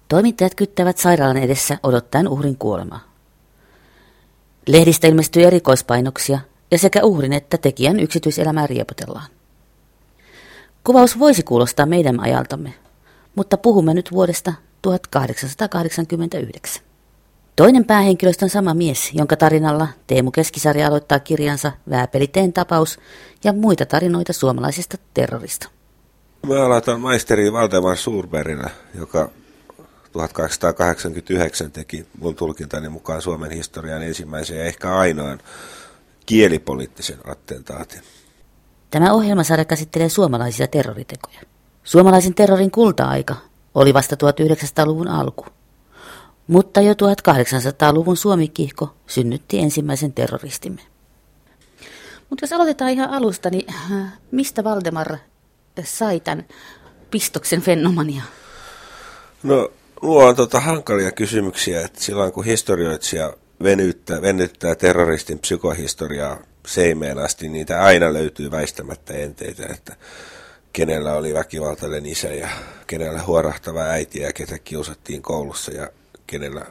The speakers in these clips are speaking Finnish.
Toimittajat kyttävät sairaalan edessä odottaen uhrin kuolemaa. Lehdistä ilmestyy erikoispainoksia ja sekä uhrin että tekijän yksityiselämää riepotellaan. Kuvaus voisi kuulostaa meidän ajaltamme, mutta puhumme nyt vuodesta 1889. Toinen päähenkilöstä on sama mies, jonka tarinalla Teemu Keskisarja aloittaa kirjansa Vääpeliteen tapaus ja muita tarinoita suomalaisesta terrorista. Mä aloitan maisteri Valdemar Surbergillä, joka 1889 teki mun tulkintani mukaan Suomen historian ensimmäisen ja ehkä ainoan kielipoliittisen attentaatin. Tämä ohjelmasarja käsittelee suomalaisia terroritekoja. Suomalaisen terrorin kulta-aika oli vasta 1900-luvun alku, mutta jo 1800-luvun Suomi-kiihko synnytti ensimmäisen terroristimme. Mutta jos aloitetaan ihan alusta, niin mistä Valdemar sai tämän pistoksen Fennomaniaan? No, nuo on hankalia kysymyksiä, että silloin kun historioitsija venyttää terroristin psykohistoriaa seimeen asti, niitä aina löytyy väistämättä enteitä, että kenellä oli väkivaltainen isä ja kenellä huorahtava äiti ja ketä kiusattiin koulussa ja kenellä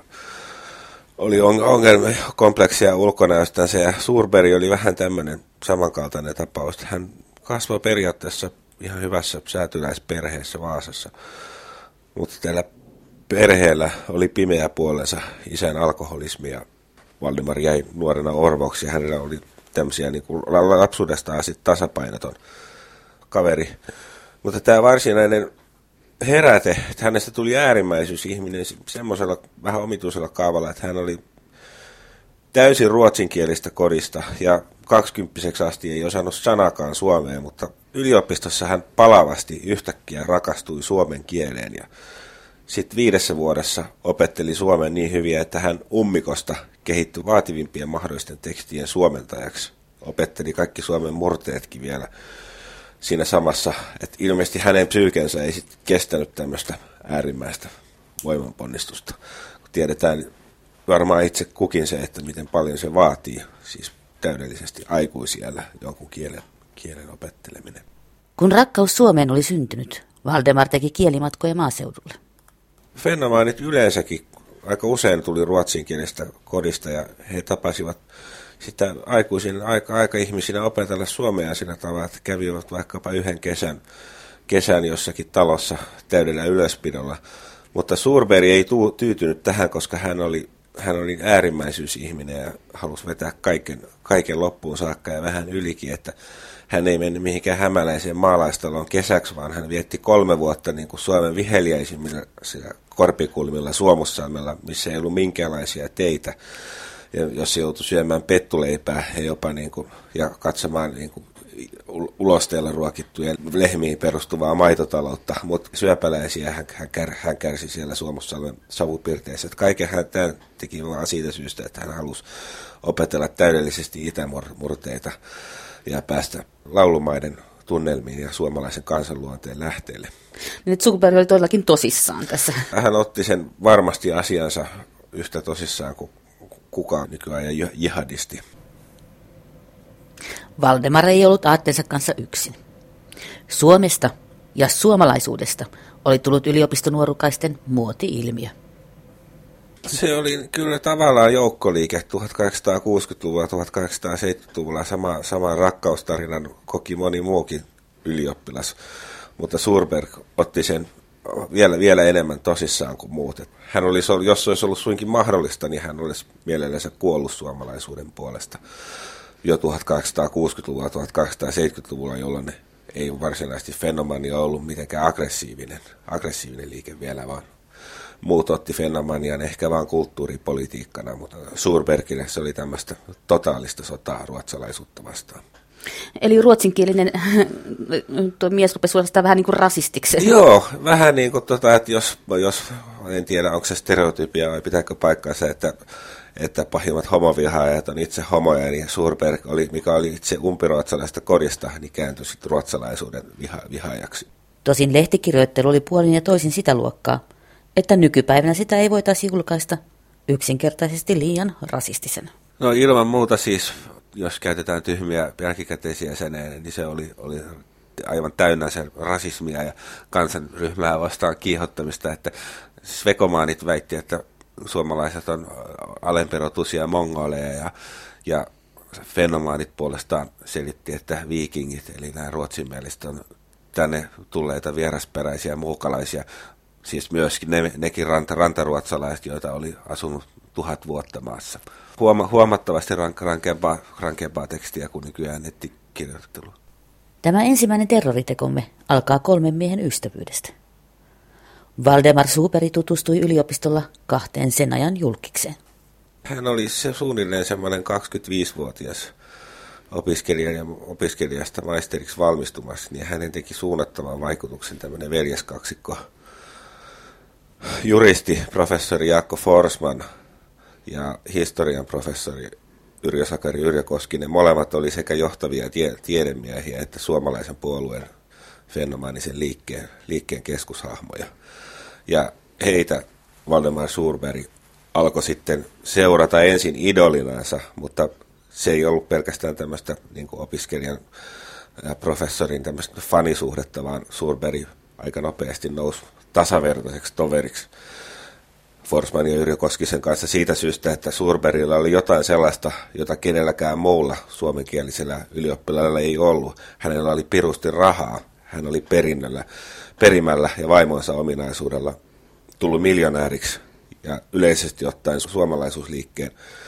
oli ongelmia, kompleksia ulkonäöstänsä. Ja Surberg oli vähän tämmöinen samankaltainen tapaus. Hän kasvoi periaatteessa ihan hyvässä säätyläisperheessä Vaasassa, mutta tällä perheellä oli pimeä puolensa, isän alkoholismi ja Valdemar jäi nuorena orvoksi ja hänellä oli tämmöisiä niin kuin lapsuudestaan sitten tasapainoton kaveri. Mutta tämä varsinainen heräte, että hänestä tuli äärimmäisyysihminen semmoisella vähän omituisella kaavalla, että hän oli täysin ruotsinkielistä kodista ja 20 asti ei osannut sanakaan suomea, mutta yliopistossa hän palavasti yhtäkkiä rakastui suomen kieleen ja sitten 5 vuodessa opetteli suomen niin hyviä, että hän ummikosta kehittyi vaativimpien mahdollisten tekstien suomentajaksi. Opetteli kaikki suomen murteetkin vielä siinä samassa, että ilmeisesti hänen psyykensä ei sitten kestänyt tämmöistä äärimmäistä voimanponnistusta. Kun tiedetään varmaan itse kukin se, että miten paljon se vaatii, siis täydellisesti aikuisiällä jonkun kielen opetteleminen. Kun rakkaus Suomeen oli syntynyt, Valdemar teki kielimatkoja maaseudulle. Fennomanit yleensäkin aika usein tuli ruotsinkielistä kodista ja he tapasivat sitä aikuisina aika-ihmisinä opetella suomea sillä tavalla, että kävivät vaikkapa yhden kesän jossakin talossa täydellä ylöspidolla. Mutta Surberg ei tyytynyt tähän, koska hän oli äärimmäisyysihminen ja halusi vetää kaiken loppuun saakka ja vähän ylikin, että hän ei mennyt mihinkään hämäläiseen maalaistaloon kesäksi, vaan hän vietti 3 vuotta niin kuin Suomen viheliäisimmillä korpikulmilla Suomussalmella, missä ei ollut minkäänlaisia teitä. Ja jos joutui syömään pettuleipää ja jopa ja katsomaan ulosteella ruokittujen lehmiin perustuvaa maitotaloutta, mutta syöpäläisiä hän kärsi siellä Suomussalmen savupirteissä. Kaiken hän teki vain siitä syystä, että hän halusi opetella täydellisesti itämurteita ja päästä laulumaiden tunnelmiin ja suomalaisen kansanluonteen lähteelle. Nyt Surberg oli todellakin tosissaan tässä. Hän otti sen varmasti asiansa yhtä tosissaan kuin kukaan nykyajan jihadisti. Valdemar ei ollut aatteensa kanssa yksin. Suomesta ja suomalaisuudesta oli tullut yliopistonuorukaisten muoti-ilmiö. Se oli kyllä tavallaan joukkoliike 1860-luvulla, 1870-luvulla. Saman rakkaustarinan koki moni muukin ylioppilas, mutta Surberg otti sen vielä enemmän tosissaan kuin muut. Hän olisi, jos olisi ollut suinkin mahdollista, niin hän olisi mielellänsä kuollut suomalaisuuden puolesta jo 1860-luvulla, 1870-luvulla, jolloin ei varsinaisesti Fennomania ollut mitenkään aggressiivinen liike vielä, vaan muut otti Fennomanian ehkä vain kulttuuripolitiikkana, mutta Surbergille se oli tämmöistä totaalista sotaa ruotsalaisuutta vastaan. Eli ruotsinkielinen tuo mies rupesi suorastaan vähän niin kuin rasistiksi. Joo, vähän niin kuin, että jos en tiedä onko se stereotypia vai pitääkö paikkaansa, että pahimmat homovihaajat on itse homoja, niin Surberg, mikä oli itse umpiruotsalaista kodista, niin kääntyi sitten ruotsalaisuuden vihaajaksi. Tosin lehtikirjoittelu oli puolin ja toisin sitä luokkaa, että nykypäivänä sitä ei voitaisi julkaista yksinkertaisesti liian rasistisena. No ilman muuta siis, jos käytetään tyhmiä jälkikäteisiä saneen, niin se oli aivan täynnä sen rasismia ja kansanryhmää vastaan kiihottamista, että Svekomaanit väitti, että suomalaiset on alempirotuisia mongoleja ja fennomaanit puolestaan selitti, että viikingit, eli nämä ruotsinmieliset on tänne tulleita vierasperäisiä muukalaisia, siis myöskin nekin rantaruotsalaiset, joita oli asunut 1000 vuotta maassa. Huomattavasti rankempaa tekstiä kuin nykyään nettikirjoittelu. Tämä ensimmäinen terroritekomme alkaa 3 miehen ystävyydestä. Valdemar Suuperi tutustui yliopistolla 2 sen ajan julkikseen. Hän oli suunnilleen semmoinen 25-vuotias opiskelija ja opiskelijasta maisteriksi valmistumassa, niin hänen teki suunnattavan vaikutuksen tämmöinen veljeskaksikko. Juristi, professori Jaakko Forsman ja historian professori Yrjö-Sakari Yrjö-Koskinen. Molemmat oli sekä johtavia tiedemiehiä että suomalaisen puolueen fennomaanisen liikkeen keskushahmoja. Ja heitä Valdemar Suuperi alkoi sitten seurata ensin idolinansa, mutta se ei ollut pelkästään tämmöistä niin kuin opiskelijan ja professorin tämmöistä fanisuhdetta, vaan Suuperi aika nopeasti nousi tasavertaiseksi toveriksi Forsmanin ja Yrjö Koskisen kanssa siitä syystä, että Suurbergilla oli jotain sellaista, jota kenelläkään muulla suomenkielisellä ylioppilailla ei ollut. Hänellä oli pirusti rahaa, hän oli perimällä ja vaimonsa ominaisuudella tullut miljonääriksi ja yleisesti ottaen suomalaisuusliikkeen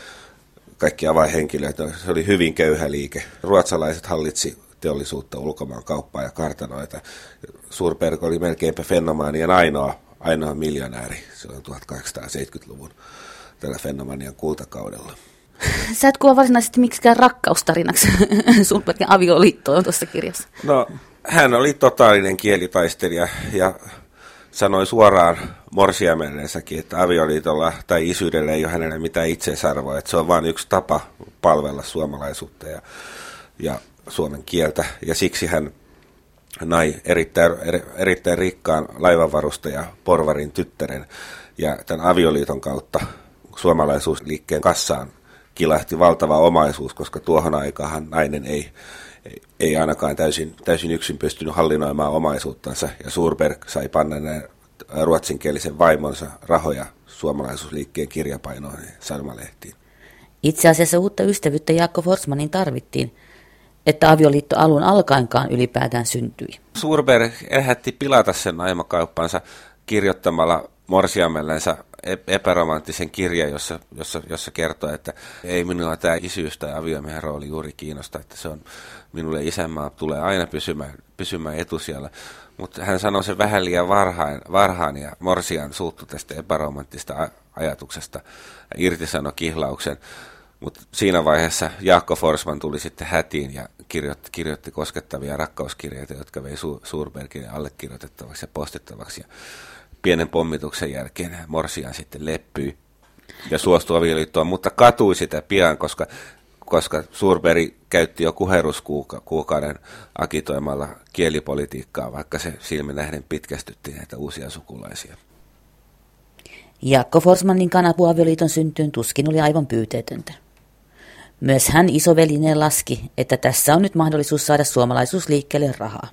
kaikki avainhenkilöitä. Se oli hyvin köyhä liike. Ruotsalaiset hallitsi teollisuutta, ulkomaan kauppaa ja kartanoita. Suurberg oli melkeinpä fennomaanien ainoa miljonääri silloin 1870-luvun tällä fennomanian kultakaudella. Sä et kuvaa varsinaisesti miksikään rakkaustarinaksi Suurbergin avioliittoon tuossa kirjassa. No, hän oli totaalinen kielitaistelija ja sanoi suoraan morsiamensakin, että avioliitolla tai isyydellä ei ole hänellä mitään itseisarvoa, että se on vain yksi tapa palvella suomalaisuutta ja suomen kieltä. Ja siksi hän nai erittäin rikkaan laivanvarustaja porvarin tyttären ja tämän avioliiton kautta suomalaisuusliikkeen kassaan kilahti valtava omaisuus, koska tuohon aikaan nainen ei ainakaan täysin yksin pystynyt hallinnoimaan omaisuuttansa, ja Suurberg sai panna näin ruotsinkielisen vaimonsa rahoja suomalaisuusliikkeen kirjapainoihin ja sanomalehtiin. Itse asiassa uutta ystävyyttä Jaakko Forsmanin tarvittiin, että avioliitto alun alkaenkaan ylipäätään syntyi. Suurberg ehätti pilata sen naimakauppansa kirjoittamalla morsiamellensa epäromanttisen kirjan, jossa kertoo, että ei minua tämä isyys tai aviomiehen rooli juuri kiinnosta, että se on minulle isänmaa, tulee aina pysymään etusijalla. Mutta hän sanoi sen vähän liian varhaan ja morsian suuttui tästä epäromanttista ajatuksesta ja irtisanoi kihlauksen. Mutta siinä vaiheessa Jaakko Forsman tuli sitten hätiin ja kirjoitti koskettavia rakkauskirjeitä, jotka vei Suurbergin allekirjoitettavaksi ja postittavaksi. Ja pienen pommituksen jälkeen morsian sitten leppyi ja suostui avioliittoon, mutta katui sitä pian, koska Suurberg käytti jo kuheruskuukauden agitoimalla kielipolitiikkaa, vaikka se silmin nähden pitkästytti näitä uusia sukulaisia. Jaakko Forsmanin kanapu avioliiton syntyyn tuskin oli aivan pyyteetöntä. Myös hän isovelineen laski, että tässä on nyt mahdollisuus saada suomalaisuusliikkeelle rahaa.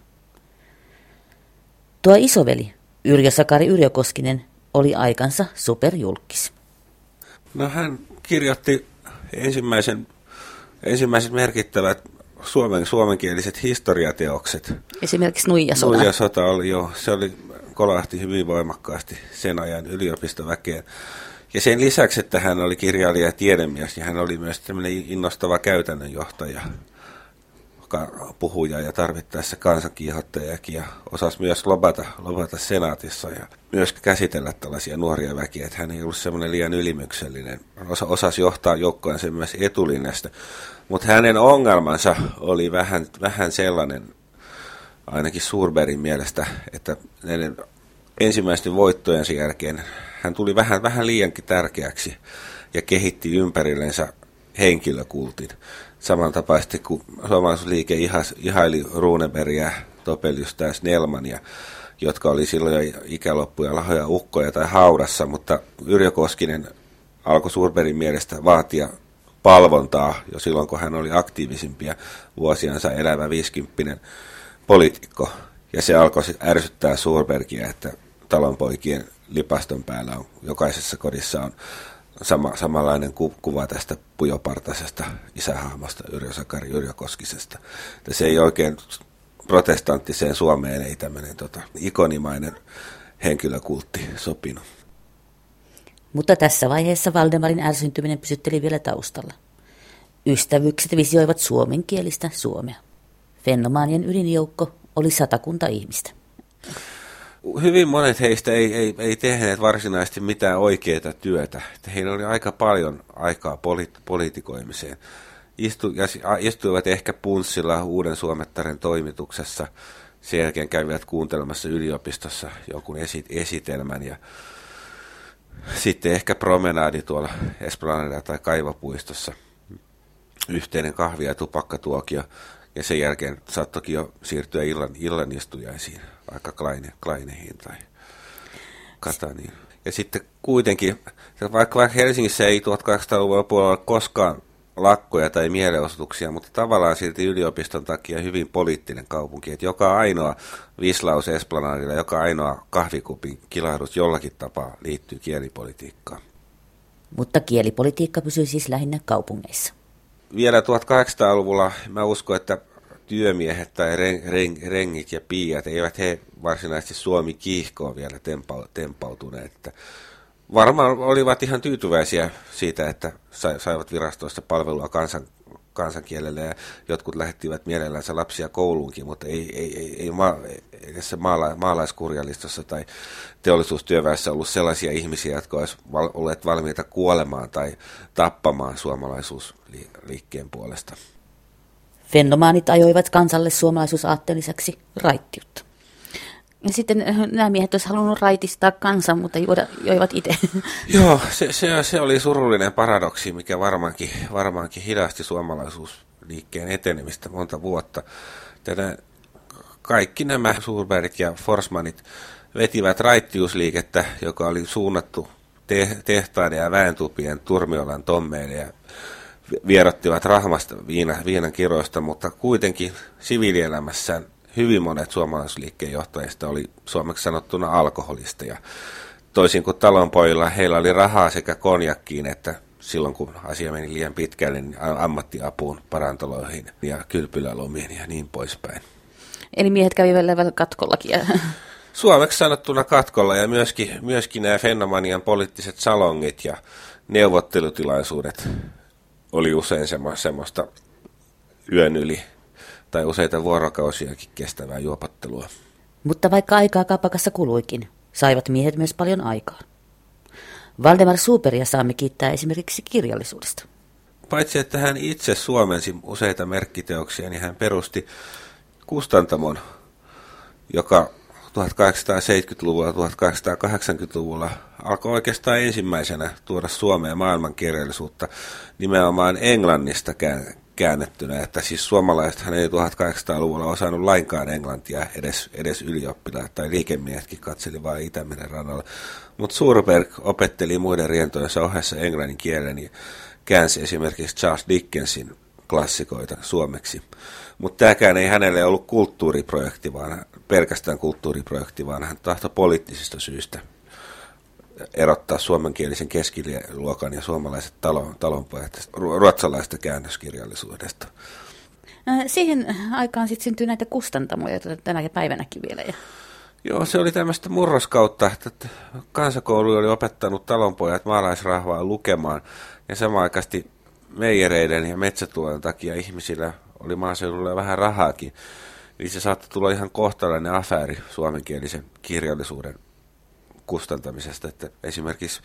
Tuo isoveli, Yrjö-Sakari Yrjö-Koskinen, oli aikansa superjulkis. No, hän kirjoitti ensimmäiset merkittävät suomenkieliset historiateokset. Esimerkiksi Nuijasota. Nuijasota kolahti hyvin voimakkaasti sen ajan yliopistoväkeen. Ja sen lisäksi, että hän oli kirjailija ja tiedemies, niin hän oli myös tämmöinen innostava käytännönjohtaja, puhuja ja tarvittaessa kansankiihottajakin, ja osasi myös lobata senaatissa ja myös käsitellä tällaisia nuoria väkiä, että hän ei ollut semmoinen liian ylimyksellinen. Osasi johtaa joukkoansa myös etulinjasta, mutta hänen ongelmansa oli vähän sellainen, ainakin Suurbergin mielestä, että näiden ensimmäisten voittojensa jälkeen hän tuli vähän liiankin tärkeäksi ja kehitti ympärillensä henkilökultin. Samantapaisesti kuin suomalaisuusliike ihaili Runebergia, Topeliusta ja Snellmania, jotka oli silloin jo ikäloppuja lahoja ukkoja tai haudassa, mutta Yrjö Koskinen alkoi Suurbergin mielestä vaatia palvontaa jo silloin, kun hän oli aktiivisimpia vuosiansa elävä 50-poliitikko. Ja se alkoi ärsyttää Suurbergia, että talonpoikien lipaston päällä on, jokaisessa kodissa on samanlainen kuva tästä pujopartaisesta isähahmosta Yrjö Sakari Yrjö Koskisesta. Että se ei oikein protestanttiseen Suomeen ei tämmöinen ikonimainen henkilökultti sopinut. Mutta tässä vaiheessa Valdemarin ärsyntyminen pysytteli vielä taustalla. Ystävykset visioivat suomenkielistä Suomea. Fennomaanien ydinjoukko oli 100 ihmistä. Hyvin monet heistä ei tehneet varsinaisesti mitään oikeaa työtä. Että heillä oli aika paljon aikaa politikoimiseen. Istuivat ehkä punssilla Uuden Suomettaren toimituksessa. Sen jälkeen kävivät kuuntelemassa yliopistossa jonkun esitelmän ja sitten ehkä promenaadi tuolla Esplanadilla tai Kaivopuistossa. Yhteinen kahvi- ja tupakkatuokio. Ja sen jälkeen saattokin jo siirtyä illanistujaisiin, vaikka Kleineihin tai Kataniin. Ja sitten kuitenkin, vaikka Helsingissä ei 1800-luvun lopulla ole koskaan lakkoja tai mielenosoituksia, mutta tavallaan silti yliopiston takia hyvin poliittinen kaupunki. Että joka ainoa vislaus Esplanadilla, joka ainoa kahvikupin kilahdus jollakin tapaa liittyy kielipolitiikkaan. Mutta kielipolitiikka pysyy siis lähinnä kaupungeissa. Vielä 1800-luvulla mä uskon, että työmiehet tai rengit ja piiat eivät he varsinaisesti Suomi-kiihkoon vielä tempautuneet. Että varmaan olivat ihan tyytyväisiä siitä, että saivat virastoista palvelua kansankielellä ja jotkut lähettivät mielellänsä lapsia kouluunkin, mutta ei edessä maalaiskurjalistossa tai teollisuustyöväessä ollut sellaisia ihmisiä, jotka olisivat olleet valmiita kuolemaan tai tappamaan suomalaisuusliikkeen puolesta. Fennomaanit ajoivat kansalle suomalaisuusaatteen lisäksi raittiutta. Ja sitten nämä miehet olisivat halunnut raitistaa kansan, mutta joivat itse. Joo, se oli surullinen paradoksi, mikä varmaankin hidasti suomalaisuusliikkeen etenemistä monta vuotta. Kaikki nämä Suurbergit ja Forsmanit vetivät raittiusliikettä, joka oli suunnattu tehtaiden ja väentupien Turmiolan tommeille ja vierottivat rahmasta viinan kiroista, mutta kuitenkin siviilielämässään hyvin monet suomalaisliikkeen johtajista oli suomeksi sanottuna alkoholisteja. Toisin kuin talonpojilla, heillä oli rahaa sekä konjakkiin että silloin kun asia meni liian pitkälle, niin ammattiapuun, parantoloihin ja kylpylälomiin ja niin poispäin. Eli miehet kävivät katkollakin. Suomeksi sanottuna katkolla ja myöskin nämä Fennomanian poliittiset salongit ja neuvottelutilaisuudet oli usein semmoista yön yli tai useita vuorokausiakin kestävää juopattelua. Mutta vaikka aikaa kapakassa kuluikin, saivat miehet myös paljon aikaa. Valdemar Suurbergia saamme kiittää esimerkiksi kirjallisuudesta. Paitsi että hän itse suomensi useita merkkiteoksia, niin hän perusti kustantamon, joka 1870-luvulla, 1880-luvulla alkoi oikeastaan ensimmäisenä tuoda Suomeen maailmankirjallisuutta nimenomaan Englannista käännettynä, että siis suomalaisethan ei 1800-luvulla osannut lainkaan englantia, edes ylioppilaat tai liikemiehetkin katseli vain Itämeren rannalla. Mutta Suurberg opetteli muiden rientojensa ohessa englannin kielen ja käänsi esimerkiksi Charles Dickensin klassikoita suomeksi. Mutta tämäkään ei hänelle ollut kulttuuriprojekti, vaan pelkästään kulttuuriprojekti, vaan hän tahtoi poliittisista syistä erottaa suomenkielisen keskiluokan ja suomalaiset talonpojat ruotsalaista käännöskirjallisuudesta. Siihen aikaan sitten syntyi näitä kustantamoja tänä päivänäkin vielä. Joo, se oli tämmöistä murroskautta, että kansakoulu oli opettanut talonpojat maalaisrahvaa lukemaan ja samanaikaisesti meijereiden ja metsätuojen takia ihmisillä oli maaseudulla vähän rahaakin. Eli se saattoi tulla ihan kohtalainen afääri suomenkielisen kirjallisuuden kustantamisesta, että esimerkiksi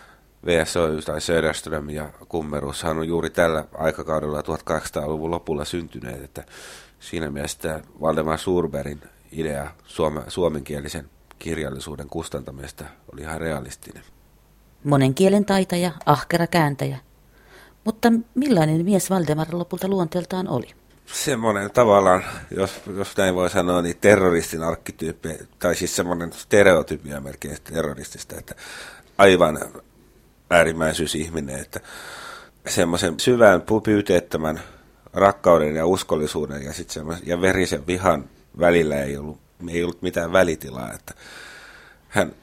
VSO tai Söderström ja Kummerus on juuri tällä aikakaudella 1800-luvun lopulla syntyneet, että siinä mielessä Valdemar Suurbergin idea suomenkielisen kirjallisuuden kustantamisesta oli ihan realistinen. Monen kielen taitaja, ahkera kääntäjä. Mutta millainen mies Valdemar lopulta luonteeltaan oli? Semmoinen tavallaan, jos näin voi sanoa, niin terroristin arkkityyppi, tai siis semmoinen stereotypia melkein terroristista, että aivan äärimmäisyysihminen, että semmoisen syvän pyyteettömän rakkauden ja uskollisuuden ja verisen vihan välillä ei ollut mitään välitilaa, että hän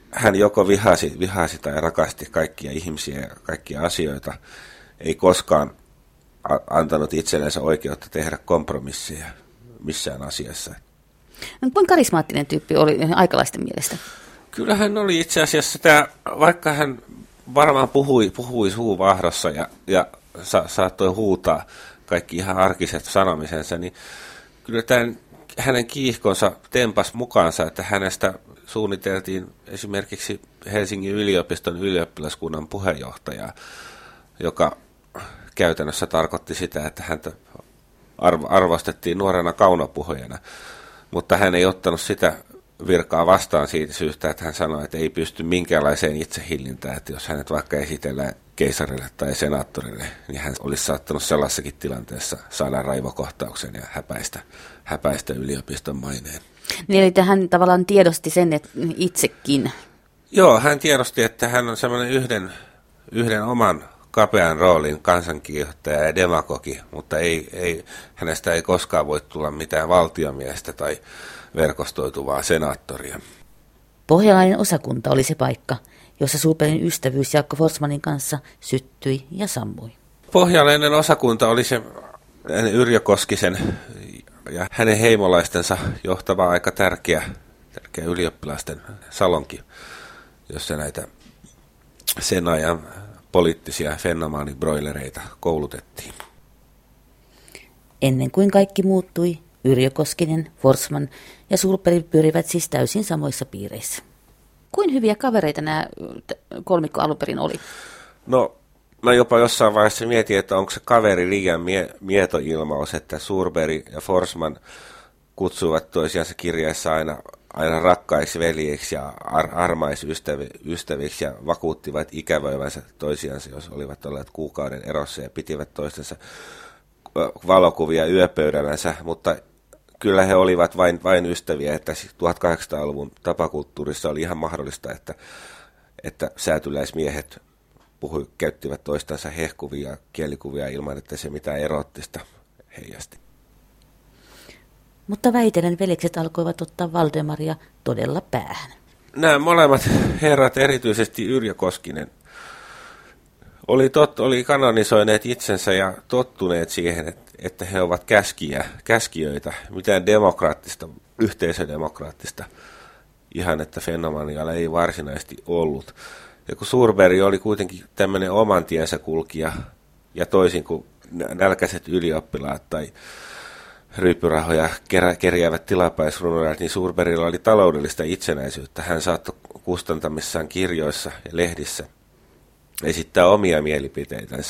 hän joko vihasi tai rakasti kaikkia ihmisiä ja kaikkia asioita, ei koskaan antanut itsellensä oikeutta tehdä kompromisseja missään asiassa. No, kuinka karismaattinen tyyppi oli aikalaisten mielestä? Kyllä hän oli itse asiassa, vaikka hän varmaan puhui suuvahdossa ja saattoi huutaa kaikki ihan arkiset sanomisensa, niin kyllä hänen kiihkonsa tempas mukaansa, että hänestä suunniteltiin esimerkiksi Helsingin yliopiston ylioppilaskunnan puheenjohtajaa, joka käytännössä tarkoitti sitä, että häntä arvostettiin nuorena kaunopuhujana, mutta hän ei ottanut sitä virkaa vastaan siitä syystä, että hän sanoi, että ei pysty minkäänlaiseen itsehillintään, että jos hänet vaikka esitellään keisarille tai senaattorille, niin hän olisi saattanut sellaisessakin tilanteessa saada raivokohtauksen ja häpäistä yliopiston maineen. Niin eli hän tavallaan tiedosti sen, että itsekin. Joo, hän tiedosti, että hän on semmoinen yhden oman kapean roolin kansankiihottaja ja demagogi, mutta hänestä ei koskaan voi tulla mitään valtiomiestä tai verkostoituvaa senaattoria. Pohjalainen osakunta oli se paikka, jossa Sulperin ystävyys Jaakko Forsmanin kanssa syttyi ja sammui. Pohjalainen osakunta oli se Yrjö Koskisen ja hänen heimolaistensa johtava aika tärkeä ylioppilaisten salonki, jossa näitä sen ajan poliittisia fennomaanibroilereita koulutettiin. Ennen kuin kaikki muuttui, Yrjö Koskinen, Forsman ja Sulperi pyörivät siis täysin samoissa piireissä. Kuin hyviä kavereita nämä kolmikko alun perin oli? No, mä jopa jossain vaiheessa mietin, että onko se kaveri liian mietoilmaus, että Sulperi ja Forsman kutsuivat toisiansa kirjeessä aina rakkaiksi veljeiksi ja armaisystäviksi ja vakuuttivat ikävöivänsä toisiansa, jos olivat olleet kuukauden erossa ja pitivät toistensa valokuvia yöpöydällänsä, mutta kyllä he olivat vain ystäviä, että 1800-luvun tapakulttuurissa oli ihan mahdollista, että säätyläismiehet käyttivät toistansa hehkuvia kielikuvia ilman, että se mitään erottista heijasti. Mutta väitellen veljekset alkoivat ottaa Valdemaria todella päähän. Nämä molemmat herrat, erityisesti Yrjö Koskinen, oli kanonisoineet itsensä ja tottuneet siihen, että he ovat käskijöitä, mitään demokraattista, yhteisödemokraattista ihannetta Fennomanialla ei varsinaisesti ollut. Ja kun Sulperi oli kuitenkin tämmöinen oman tiensä kulkija, ja toisin kuin nälkäiset ylioppilaat tai ryyppyrahoja kerjäävät tilapäisrunoilijat, niin Sulperilla oli taloudellista itsenäisyyttä. Hän saattoi kustantamissaan kirjoissa ja lehdissä esittää omia mielipiteitänsä.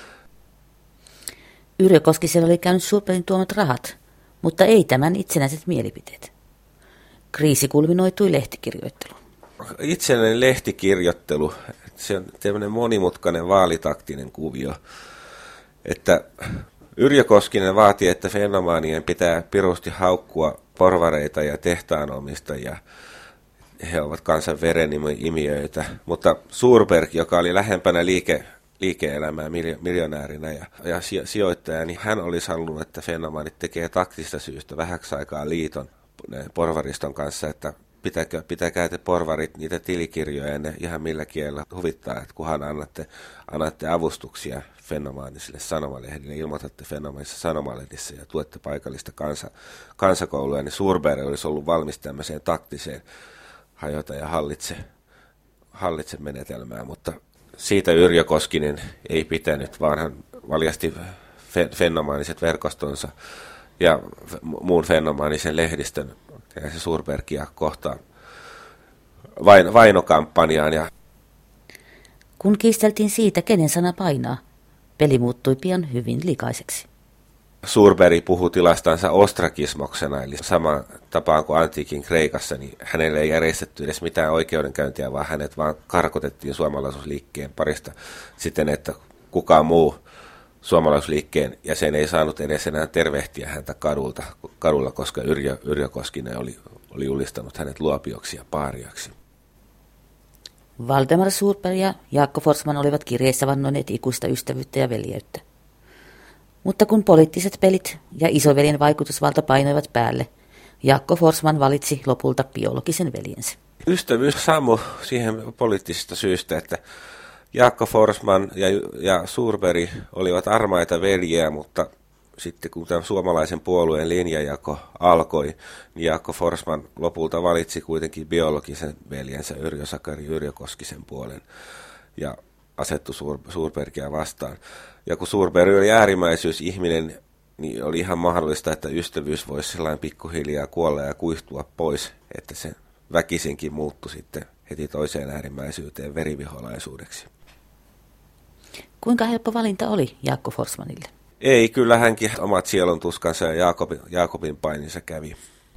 Yrjö Koskisella oli käynyt Sulperin tuomat rahat, mutta ei tämän itsenäiset mielipiteet. Kriisi kulminoitui lehtikirjoitteluun. Itsenäinen lehtikirjoittelu, se on tämmöinen monimutkainen vaalitaktinen kuvio, että Yrjö Koskinen vaati, että fennomaanien pitää pirusti haukkua porvareita ja tehtaanomistaja. He ovat kansan verenimijöitä, mutta Sulberg, joka oli lähempänä liike-elämää miljonäärinä ja sijoittaja, niin hän olisi halunnut, että fennomaanit tekee taktista syystä vähäksi aikaa liiton porvariston kanssa, että pitäkää te porvarit niitä tilikirjoja ne ihan millä kielellä huvittaa, että kunhan annatte avustuksia fennomaanisille sanomalehdille, ilmoitatte fennomaanisissa sanomalehdissä ja tuette paikallista kansakoulua, niin Sulberg olisi ollut valmis tämmöiseen taktiseen hajota ja hallitse menetelmää, mutta siitä Yrjö Koskinen ei pitänyt, vaan hän valjasti fennomaaniset verkostonsa ja muun fennomaanisen lehdistön ja se Sulbergia kohtaan vainokampanjaan. Kun kiisteltiin siitä, kenen sana painaa, peli muuttui pian hyvin likaiseksi. Sulberg puhui tilastansa ostrakismoksena, eli samaan tapaan kuin antiikin Kreikassa, niin hänelle ei järjestetty edes mitään oikeudenkäyntiä, vaan hänet vaan karkotettiin suomalaisuusliikkeen parista siten, että kukaan muu suomalaisuusliikkeen jäsen ei saanut edes enää tervehtiä häntä kadulla, koska Yrjö Koskinen oli julistanut hänet luopioksi ja paariaksi. Valdemar Sulberg ja Jaakko Forsman olivat kirjeessä vannoneet ikuista ystävyyttä ja veljeyttä. Mutta kun poliittiset pelit ja isoveljen vaikutusvalta painoivat päälle, Jaakko Forsman valitsi lopulta biologisen veljensä. Ystävyys sammui siihen poliittisista syistä, että Jaakko Forsman ja Suurberg olivat armaita veljiä, mutta sitten kun tämä suomalaisen puolueen linjajako alkoi, niin Jaakko Forsman lopulta valitsi kuitenkin biologisen veljensä Yrjö-Sakari Yrjö-Koskisen puolen ja asettui Suurbergia vastaan. Ja kun Suurberg oli äärimmäisyysihminen, niin oli ihan mahdollista, että ystävyys voisi sellainen pikkuhiljaa kuolla ja kuihtua pois, että se väkisinkin muuttui sitten heti toiseen äärimmäisyyteen veriviholaisuudeksi. Kuinka helppo valinta oli Jaakko Forsmanille? Ei, kyllä hänkin omat sielun tuskansa ja Jaakobin paininsa kävi.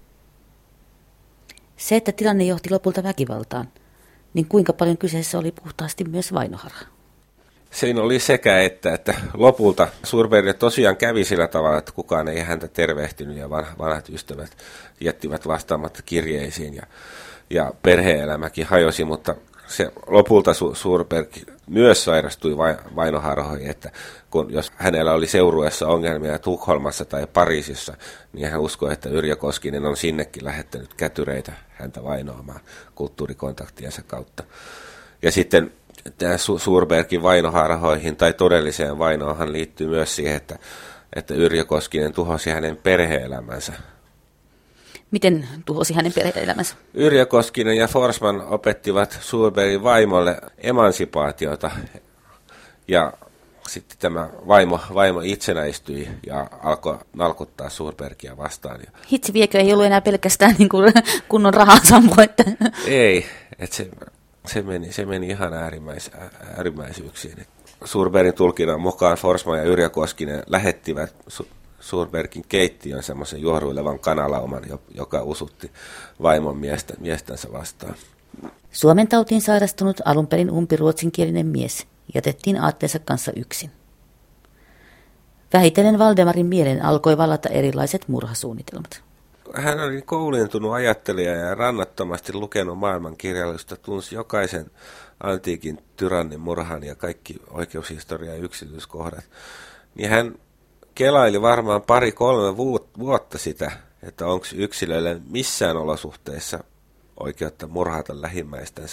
Se, että tilanne johti lopulta väkivaltaan, niin kuinka paljon kyseessä oli puhtaasti myös vainoharha? Siinä oli sekä että lopulta Suurberg tosiaan kävi sillä tavalla, että kukaan ei häntä tervehtinyt ja vanhat ystävät jättivät vastaamatta kirjeisiin ja perhe-elämäkin hajosi, mutta se lopulta Suurberg myös sairastui vainoharhoihin, että jos hänellä oli seurueessa ongelmia Tukholmassa tai Pariisissa, niin hän uskoi, että Yrjö Koskinen on sinnekin lähettänyt kätyreitä häntä vainoamaan kulttuurikontaktiensa kautta. Ja sitten tämä Suurbergin vainoharhoihin tai todelliseen vainoahan liittyy myös siihen, että Yrjö Koskinen tuhosi hänen perhe-elämänsä. Miten tuhosi hänen perhe-elämänsä? Yrjö Koskinen ja Forsman opettivat Suurbergin vaimolle emansipaatiota ja sitten tämä vaimo itsenäistyi ja alkoi nalkuttaa Suurbergia vastaan. Hitsi viekö ei ollut enää pelkästään niin kuin kunnon rahansampo? Ei, että se meni ihan äärimmäisyyksiin. Suurbergin tulkinnan mukaan Forsman ja Yrjö Koskinen lähettivät Suurbergin keittiön semmoisen juoruilevan kanalauman, joka usutti vaimon miestänsä vastaan. Suomen tautiin sairastunut alunperin umpiruotsinkielinen mies jätettiin aatteensa kanssa yksin. Vähitellen Valdemarin mielen alkoi vallata erilaiset murhasuunnitelmat. Hän oli kouliintunut ajattelija ja rannattomasti lukenut maailmankirjallisuutta, tunsi jokaisen antiikin tyrannin murhan ja kaikki oikeushistoria ja yksityiskohdat. Niin hän kelaili varmaan 2-3 vuotta sitä, että onko yksilöille missään olosuhteissa oikeutta murhata lähimmäistänsä.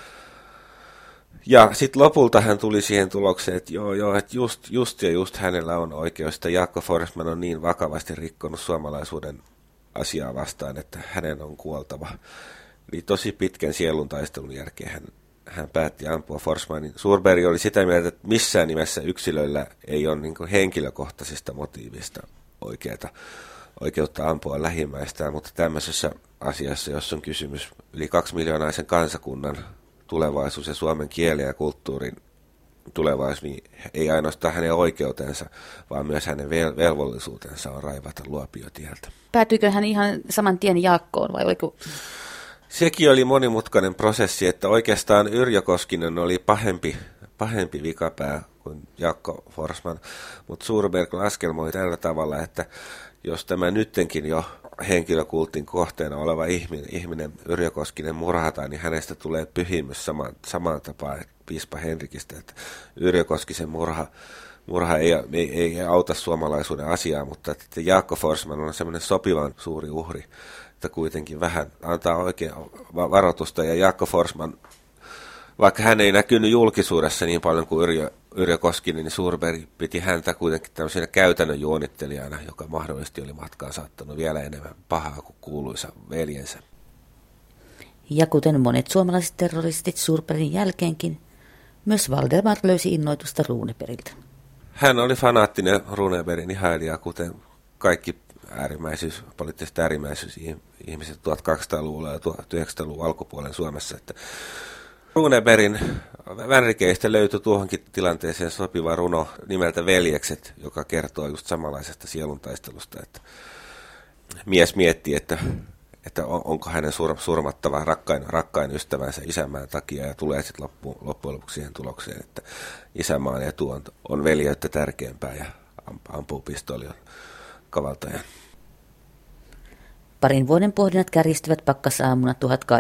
Ja sitten lopulta hän tuli siihen tulokseen, että että just hänellä on oikeus, että Jaakko Forsman on niin vakavasti rikkonut suomalaisuuden asiaa vastaan, että hänen on kuoltava. Eli tosi pitkän sielun taistelun jälkeen hän päätti ampua Forsmanin. Suurberg oli sitä mieltä, että missään nimessä yksilöllä ei ole niin kuin henkilökohtaisesta motiivista oikeutta ampua lähimmäistään, mutta tämmöisessä asiassa, jos on kysymys yli 2 miljoonaisen kansakunnan tulevaisuus ja suomen kielen ja kulttuurin tulevaisuus, niin ei ainoastaan hänen oikeutensa, vaan myös hänen velvollisuutensa on raivata luopiotieltä. Päätyykö hän ihan saman tien Jaakkoon vai oliko? Sekin oli monimutkainen prosessi, että oikeastaan Yrjö Koskinen oli pahempi vikapää kuin Jaakko Forsman, mutta Suurberg laskelmoi tällä tavalla, että jos tämä nyttenkin jo henkilökultin kohteena oleva ihminen Yrjö Koskinen murhataan, niin hänestä tulee pyhimys samaan tapaan piispa Henrikistä, että Yrjö Koskisen murha ei auta suomalaisuuden asiaa, mutta että Jaakko Forsman on semmoinen sopivan suuri uhri, että kuitenkin vähän antaa oikein varoitusta, ja Jaakko Forsman, vaikka hän ei näkynyt julkisuudessa niin paljon kuin Yrjö Koskinen, niin Suurberg piti häntä kuitenkin tämmöisenä käytännön juonittelijana, joka mahdollisesti oli matkaan saattanut vielä enemmän pahaa kuin kuuluisa veljensä. Ja kuten monet suomalaiset terroristit Suurbergin jälkeenkin, myös Valdemar löysi innoitusta Runebergiltä. Hän oli fanaattinen Runebergin ihailija, kuten kaikki poliittiset äärimmäisyysihmiset 1200-luvulla ja 1900-luvun alkupuolen Suomessa, että Runebergin värikeistä löytyi tuohonkin tilanteeseen sopiva runo nimeltä Veljekset, joka kertoo just samanlaisesta sieluntaistelusta, että mies miettii, että onko hänen surmattava rakkain ystävänsä isänmaan takia, ja tulee sitten loppujen lopuksi siihen tulokseen, että isänmaan etu on veljeyttä tärkeämpää, ja ampuu pistoolilla kavaltajan. Parin vuoden pohdinnat kärjistyvät pakkasaamuna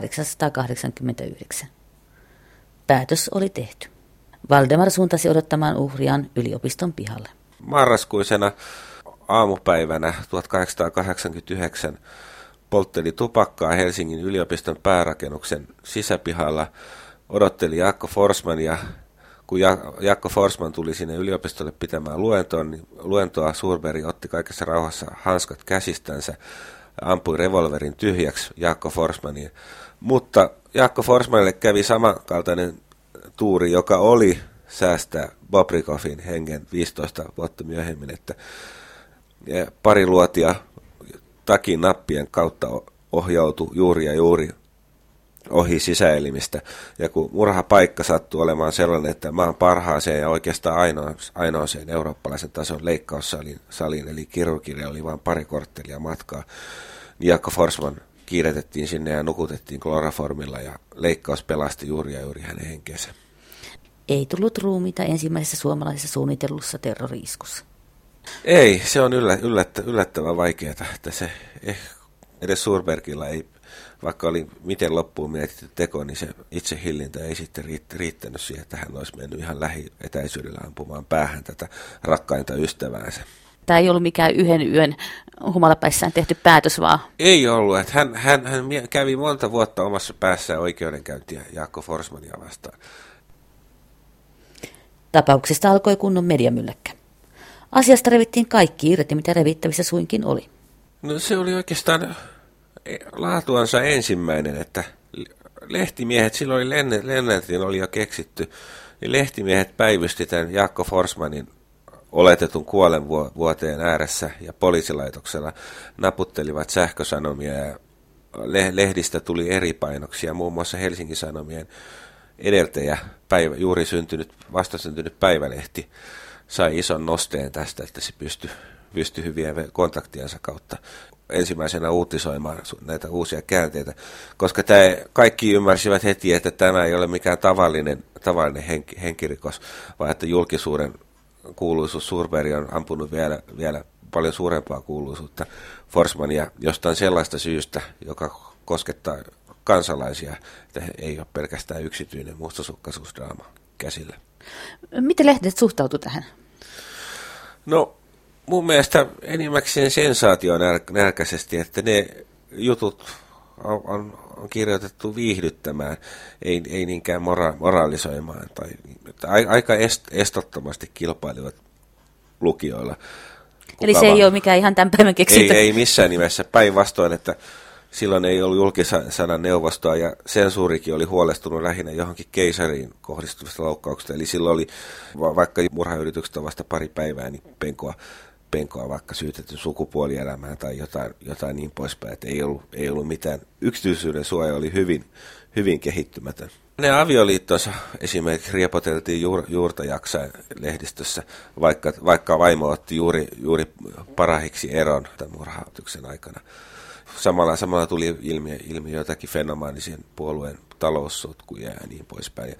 1889. Päätös oli tehty. Valdemar suuntasi odottamaan uhriaan yliopiston pihalle. Marraskuisena aamupäivänä 1889 poltteli tupakkaa Helsingin yliopiston päärakennuksen sisäpihalla, odotteli Jaakko Forsmania. Kun Jaakko Forsman tuli sinne yliopistolle pitämään luentoa Surberg otti kaikessa rauhassa hanskat käsistänsä, ampui revolverin tyhjäksi Jaakko Forsmaniin. Mutta Jaakko Forsmanille kävi samankaltainen tuuri, joka oli säästää Bobrikovin hengen 15 vuotta myöhemmin, että pari luotia takin nappien kautta ohjautui juuri ja juuri ohi sisäelimistä. Ja kun murhapaikka sattuu olemaan sellainen, että maan parhaaseen ja oikeastaan ainoaseen eurooppalaisen tason leikkaussaliin, eli kirurgille oli vain pari korttelia matkaa, niin Jaakko Forsman kiiretettiin sinne ja nukutettiin kloroformilla ja leikkaus pelasti juuri ja juuri hänen henkeensä. Ei tullut ruumiita ensimmäisessä suomalaisessa suunnitellussa terrori-iskussa. Ei, se on yllättävän vaikeaa, että se edes Surbergilla ei, vaikka oli miten loppuun mietitty teko, niin se itsehillintä ei sitten riittänyt siihen, että hän olisi mennyt ihan lähietäisyydellä ampumaan päähän tätä rakkainta ystäväänsä. Tämä ei ollut mikään yhden yön humalapäissään tehty päätös, vaan... Ei ollut, että hän kävi monta vuotta omassa päässään oikeudenkäyntiä Jaakko Forsmania vastaan. Tapauksesta alkoi kunnon mediamylläkkä. Asiasta revittiin kaikki irti, mitä revittävissä suinkin oli. No se oli oikeastaan laatuansa ensimmäinen, että lehtimiehet, silloin Lennartin oli jo keksitty, niin lehtimiehet päivysti tämän Jaakko Forsmanin oletetun kuolenvuoteen ääressä ja poliisilaitoksella naputtelivat sähkösanomia ja lehdistä tuli eri painoksia, muun muassa Helsingin Sanomien edeltäjä, juuri vastasyntynyt päivälehti, sai ison nosteen tästä, että se pystyi hyvien kontaktiensa kautta ensimmäisenä uutisoimaan näitä uusia käänteitä, koska kaikki ymmärsivät heti, että tämä ei ole mikään tavallinen henkirikos, vaan että julkisuuden kuuluisuus Surberg on ampunut vielä paljon suurempaa kuuluisuutta Forsmania jostain sellaista syystä, joka koskettaa kansalaisia, että ei ole pelkästään yksityinen mustasukkaisuusdraama käsillä. Miten lehdet suhtautuivat tähän? No, mun mielestä enimmäkseen sensaationärkäisesti, että ne jutut on kirjoitettu viihdyttämään, ei niinkään moraalisoimaan. Aika estottomasti kilpailivat lukijoilla. Eli se ei ole mikään ihan tämän päivän keksintö? Ei missään nimessä. Päinvastoin, että silloin ei ollut julkisanan neuvostoa ja sensuurikin oli huolestunut lähinnä johonkin keisariin kohdistuvista loukkauksista. Eli silloin oli, vaikka murhayritykset on vasta pari päivää, niin penkoa vaikka syytetty sukupuolielämään tai jotain niin poispäin. Että ei ollut mitään. Yksityisyyden suoja oli hyvin kehittymätön. Ne avioliittonsa esimerkiksi riepoteltiin juurta jaksain lehdistössä, vaikka vaimo otti juuri parahiksi eron tämän murhautuksen aikana. Samalla tuli ilmi jotakin fenomaanisen puolueen taloussotkuja ja niin poispäin.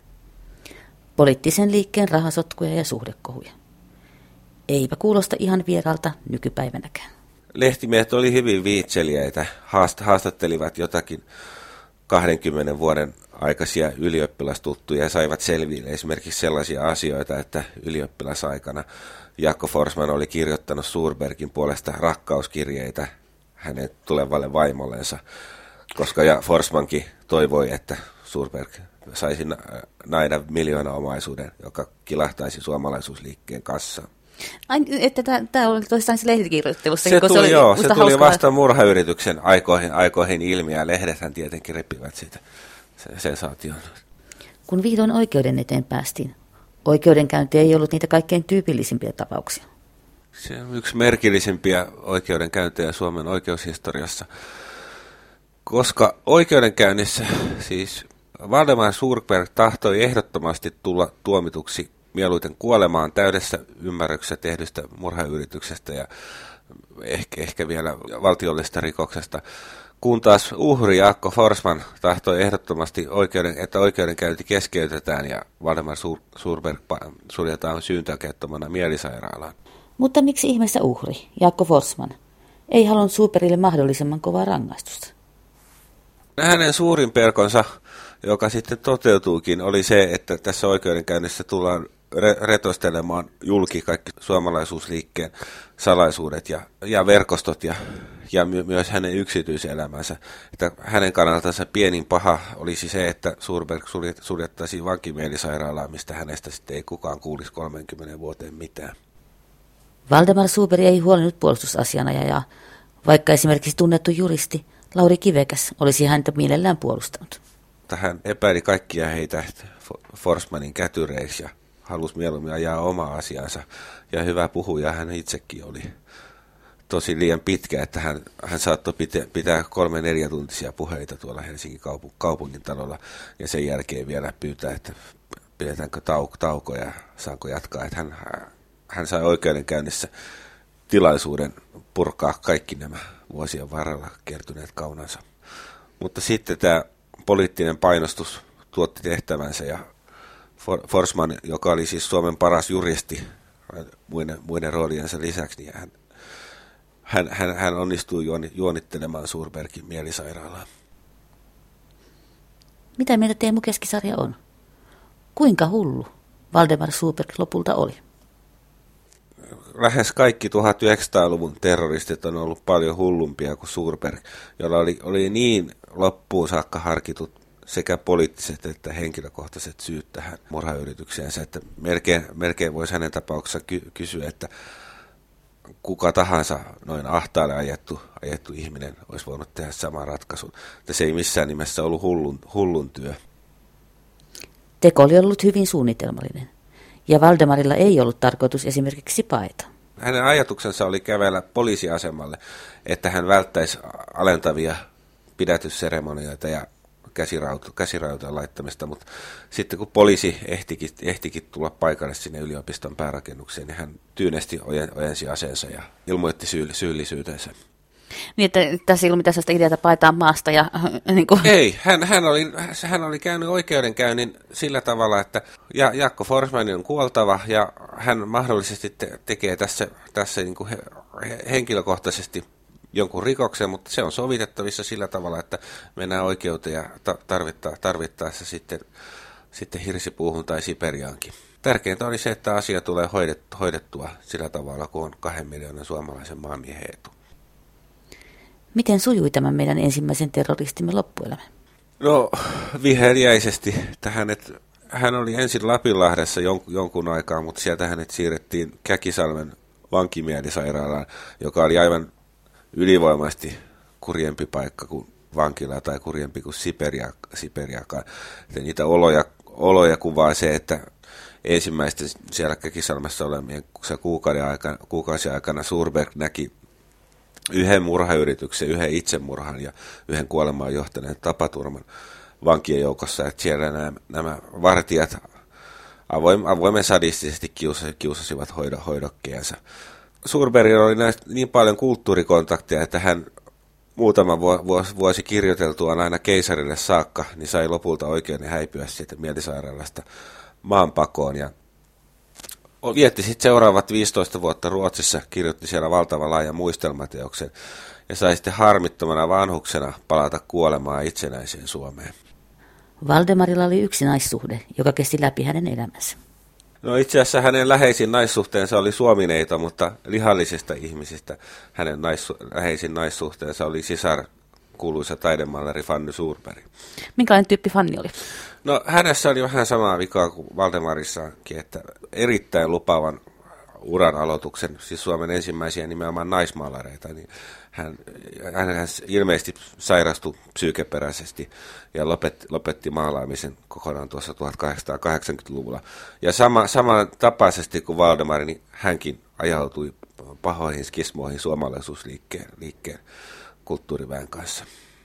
Poliittisen liikkeen rahasotkuja ja suhdekohuja. Eipä kuulosta ihan vieraalta nykypäivänäkään. Lehtimiehet oli hyvin viitseliäitä, haastattelivat jotakin 20 vuoden aikaisia ylioppilastuttuja ja saivat selville esimerkiksi sellaisia asioita, että ylioppilasaikana Jaakko Forsman oli kirjoittanut Surbergin puolesta rakkauskirjeitä hänen tulevalle vaimollensa, koska Forsmankin toivoi, että Surberg saisi naida miljoonaomaisuuden, joka kilahtaisi suomalaisuusliikkeen kassaan. Ai, että tämä oli toistaan se lehtikirjoittelussa. Se tuli vasta murhayrityksen aikoihin ilmi ja lehdethän tietenkin repivät siitä sensaation. Kun vihdoin oikeuden eteen päästiin, oikeudenkäynti ei ollut niitä kaikkein tyypillisimpiä tapauksia. Se on yksi merkillisimpiä oikeudenkäyntejä Suomen oikeushistoriassa, koska oikeudenkäynnissä siis Valdemar Surberg tahtoi ehdottomasti tulla tuomituksi mieluiten kuolemaan täydessä ymmärryksessä tehdystä murhayrityksestä ja ehkä vielä valtiollisesta rikoksesta, kun taas uhri Jaakko Forsman tahtoi ehdottomasti, että oikeudenkäynti keskeytetään ja Valdemar Surberg suljetaan syyntakeettomana mielisairaalaan. Mutta miksi ihmeessä uhri, Jaakko Forsman, ei halunnut Surbergille mahdollisimman kovaa rangaistusta? Hänen suurin pelkonsa, joka sitten toteutuukin, oli se, että tässä oikeudenkäynnissä tullaan retostelemaan julki kaikki suomalaisuusliikkeen salaisuudet ja verkostot ja myös hänen yksityiselämänsä. Että hänen kannaltansa pienin paha olisi se, että Surberg suljettaisiin vankimielisairaalaan, mistä hänestä sitten ei kukaan kuulisi 30 vuoteen mitään. Valdemar Surberg ei huolinut puolustusasianajajaa, vaikka esimerkiksi tunnettu juristi Lauri Kivekäs olisi häntä mielellään puolustanut. Hän epäili kaikkia heitä Forsmanin kätyreiksi ja halusi mieluummin ajaa omaa asiansa. Ja hyvä puhuja hän itsekin oli. Tosi liian pitkä, että hän saattoi pitää 3-4 tuntisia puheita tuolla Helsingin kaupungintalolla ja sen jälkeen vielä pyytää, että pidetäänkö tauko ja saanko jatkaa. Että hän sai oikeudenkäynnissä tilaisuuden purkaa kaikki nämä vuosien varrella kertyneet kaunansa. Mutta sitten tämä poliittinen painostus tuotti tehtävänsä ja Forsman, joka oli siis Suomen paras juristi muiden rooliensa lisäksi, niin hän onnistui juonittelemaan Surbergin mielisairaalaa. Mitä mieltä Teemu Keskisarja on? Kuinka hullu Valdemar Surberg lopulta oli? Lähes kaikki 1900-luvun terroristit on ollut paljon hullumpia kuin Surberg, jolla oli niin loppuun saakka harkitut sekä poliittiset että henkilökohtaiset syyt tähän murhayritykseensä, että melkein voisi hänen tapauksessa kysyä, että kuka tahansa noin ahtaalle ajettu ihminen olisi voinut tehdä saman ratkaisun. Että se ei missään nimessä ollut hullun työ. Teko oli ollut hyvin suunnitelmallinen, ja Valdemarilla ei ollut tarkoitus esimerkiksi paeta. Hänen ajatuksensa oli kävellä poliisiasemalle, että hän välttäisi alentavia pidätysseremonioita ja käsirautojen laittamista, mutta sitten kun poliisi ehtikin tulla paikalle sinne yliopiston päärakennukseen, niin hän tyynesti ojensi aseensa ja ilmoitti syyllisyytensä. Niin, että tässä ei ollut mitään sellaista ideaa, että paetaan maasta ja niin kuin. Ei, hän oli käynyt oikeudenkäynnin sillä tavalla, että Jaakko Forsman on kuoltava ja hän mahdollisesti tekee tässä niin kuin henkilökohtaisesti jonkun rikoksen, mutta se on sovitettavissa sillä tavalla, että mennään oikeuteen ja tarvittaessa sitten hirsipuuhun tai Siperiaankin. Tärkeintä oli se, että asia tulee hoidettua sillä tavalla, kun on 2 miljoonan suomalaisen maamiehen etu. Miten sujui tämän meidän ensimmäisen terroristimme loppuelämä? No, viheliäisesti. Hän oli ensin Lapinlahdessa jonkun aikaa, mutta sieltä hänet siirrettiin Käkisalmen vankimielisairaalaan, joka oli aivan ylivoimaisesti kurjempi paikka kuin vankila tai kurjempi kuin Siperiakaan. Niitä oloja kuvaa se, että ensimmäisten siellä Käkisalmessa olemien kuukausien aikana Surberg näki yhden murhayrityksen, yhden itsemurhan ja yhden kuolemaan johtaneen tapaturman vankien joukossa. Että siellä nämä vartijat avoimen sadistisesti kiusasivat hoidokkeensa. Surbergilla oli niin paljon kulttuurikontakteja, että hän muutama vuosi kirjoiteltuaan aina keisarille saakka, niin sai lopulta oikeuden häipyä siitä mielisairaalasta maanpakoon. Ja vietti sitten seuraavat 15 vuotta Ruotsissa, kirjoitti siellä valtavan laajan muistelmateoksen ja sai sitten harmittomana vanhuksena palata kuolemaan itsenäiseen Suomeen. Valdemarilla oli yksi naissuhde, joka kesti läpi hänen elämänsä. No itse asiassa hänen läheisin naissuhteensa oli suomineito, mutta lihallisista ihmisistä hänen läheisin naissuhteensa oli sisar kuuluisa taidemaalari Fanny Surberg. Minkälainen tyyppi Fanny oli? No hänessä oli vähän samaa vikaa kuin Valdemarissakin, että erittäin lupaavan uran aloituksen, siis Suomen ensimmäisiä nimenomaan naismaalareita, niin hän ilmeisesti sairastui psyykeperäisesti ja lopetti maalaamisen kokonaan tuossa 1880-luvulla. Ja saman tapaisesti kuin Valdemar, niin hänkin ajautui pahoihin skismoihin suomalaisuusliikkeen kulttuuriväen kanssa.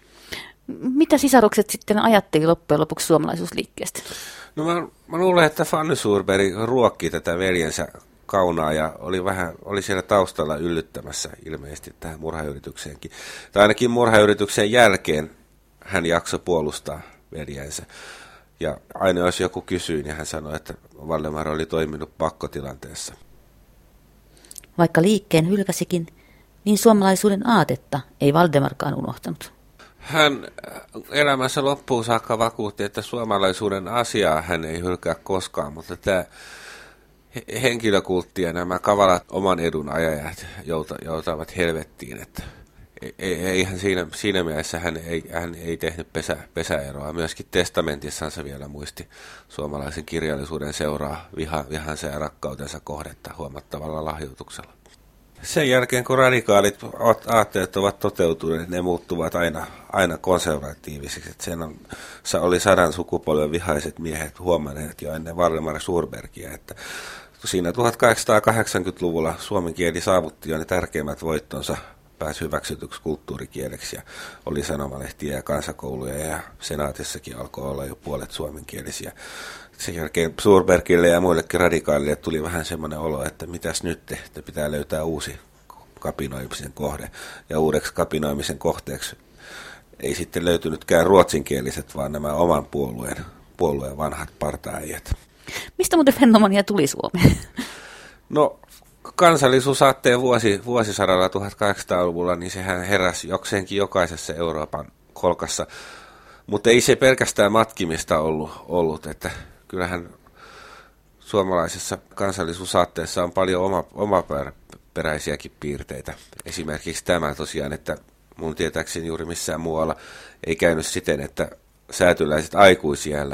Mitä sisarukset sitten ajatteli loppujen lopuksi suomalaisuusliikkeestä? No mä luulen, että Fanny Surberg ruokki tätä veljensä kaunaa ja oli siellä taustalla yllyttämässä ilmeisesti tähän murhayritykseenkin. Tai ainakin murhayrityksen jälkeen hän jaksoi puolustaa veljensä. Ja aina jos joku kysyi, niin hän sanoi, että Valdemar oli toiminut pakkotilanteessa. Vaikka liikkeen hylkäsikin, niin suomalaisuuden aatetta ei Valdemarkaan unohtanut. Hän elämänsä loppuun saakka vakuutti, että suomalaisuuden asiaa hän ei hylkää koskaan, mutta henkilökultti ja nämä kavalat oman edun ajajat joutavat helvettiin, että eihän siinä mielessä hän ei tehnyt pesäeroa. Myöskin testamentissansa vielä muisti suomalaisen kirjallisuuden seuraa vihansa ja rakkautensa kohdetta huomattavalla lahjoituksella. Sen jälkeen, kun radikaalit aatteet ovat toteutuneet, ne muuttuvat aina konservatiivisiksi. Se oli 100 sukupolven vihaiset miehet huomanneet jo ennen Valdemar Surbergia, että siinä 1880-luvulla suomen kieli saavutti jo ne tärkeimmät voittonsa, pääsi hyväksytyksi kulttuurikieleksi ja oli sanomalehtiä ja kansakouluja ja senaatissakin alkoi olla jo puolet suomenkielisiä. Sen jälkeen Surbergille ja muillekin radikaaleille tuli vähän semmoinen olo, että mitäs nyt että pitää löytää uusi kapinoimisen kohde. Ja uudeksi kapinoimisen kohteeksi ei sitten löytynytkään ruotsinkieliset, vaan nämä oman puolueen vanhat partaäijät. Mistä muuten Fennomania tuli Suomeen? No kansallisuusaatteen vuosisadalla 1800-luvulla, niin sehän heräsi jokseenkin jokaisessa Euroopan kolkassa. Mutta ei se pelkästään matkimista ollut, että kyllähän suomalaisessa kansallisuusaatteessa on paljon omaperäisiäkin piirteitä. Esimerkiksi tämä tosiaan, että mun tietääkseni juuri missään muualla ei käynyt siten, että säätyläiset aikuisiällä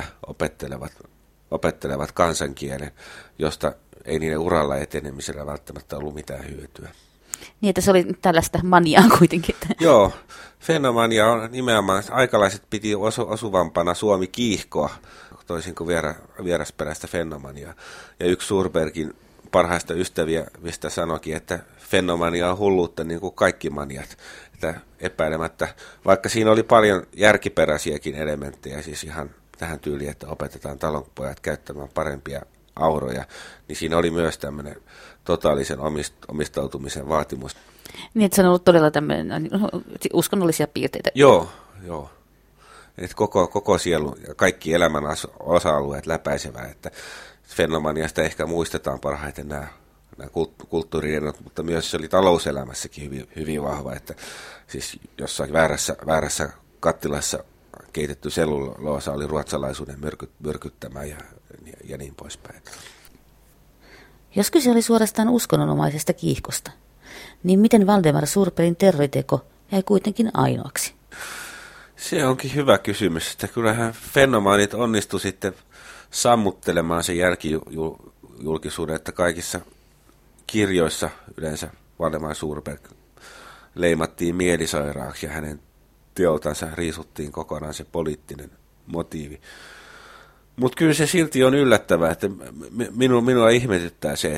opettelevat kansankielen, josta ei niiden uralla etenemisellä välttämättä ollut mitään hyötyä. Niin, että se oli tällaista maniaa kuitenkin. Joo, fenomania on nimenomaan, aikalaiset piti osuvampana Suomi-kiihkoa, toisin kuin vierasperäistä fenomania. Ja yksi Surbergin parhaista ystävistä sanoikin, että fenomania on hulluutta niin kuin kaikki maniat. Että epäilemättä, vaikka siinä oli paljon järkiperäisiäkin elementtejä, siis ihan tähän tyyliin, että opetetaan talonpojat käyttämään parempia auroja, niin siinä oli myös tämmöinen totaalisen omistautumisen vaatimus. Niin, että se on ollut todella tämmöinen uskonnollisia piirteitä. Joo. Että koko sielu ja kaikki elämän osa-alueet läpäisevää, että fenomaniasta ehkä muistetaan parhaiten nämä kulttuurienot, mutta myös se oli talouselämässäkin hyvin, hyvin vahva, että siis jossain väärässä kattilassa keitetty selluloosa oli ruotsalaisuuden myrkyttämä ja niin poispäin. Jos kyse oli suorastaan uskonnonomaisesta kiihkosta, niin miten Valdemar Surberin terroriteko jäi kuitenkin ainoaksi? Se onkin hyvä kysymys, että kyllähän fenomaanit onnistu sitten sammuttelemaan sen jälkijulkisuuden, että kaikissa kirjoissa yleensä Valdemar Surberg leimattiin mielisairaaksi ja hänen teoltansa riisuttiin kokonaan se poliittinen motiivi. Mutta kyllä se silti on yllättävää, että minua ihmetyttää se,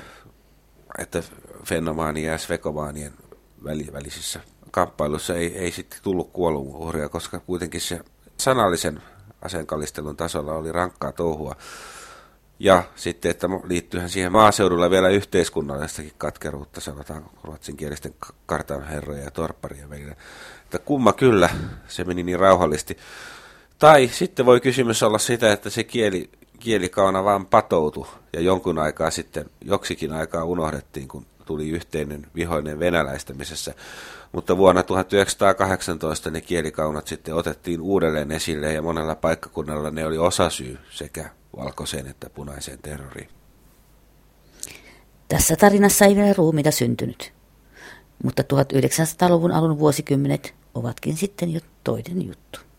että fenomaanien ja svekomaanien välisissä kamppailussa ei sitten tullut kuolonuhria, koska kuitenkin se sanallisen aseenkalistelun tasolla oli rankkaa touhua. Ja sitten, että liittyyhän siihen maaseudulla vielä yhteiskunnallistakin katkeruutta, sanotaan ruotsinkielisten kartanherroja ja torpparien välillä. Että kumma kyllä, se meni niin rauhallisesti. Tai sitten voi kysymys olla sitä, että se kielikauna vaan patoutui ja joksikin aikaa unohdettiin, kun tuli yhteinen vihoinen venäläistämisessä. Mutta vuonna 1918 ne kielikaunat sitten otettiin uudelleen esille ja monella paikkakunnalla ne oli osasyy sekä valkoiseen että punaiseen terroriin. Tässä tarinassa ei vielä ruumiita syntynyt, mutta 1900-luvun alun vuosikymmenet ovatkin sitten jo toinen juttu.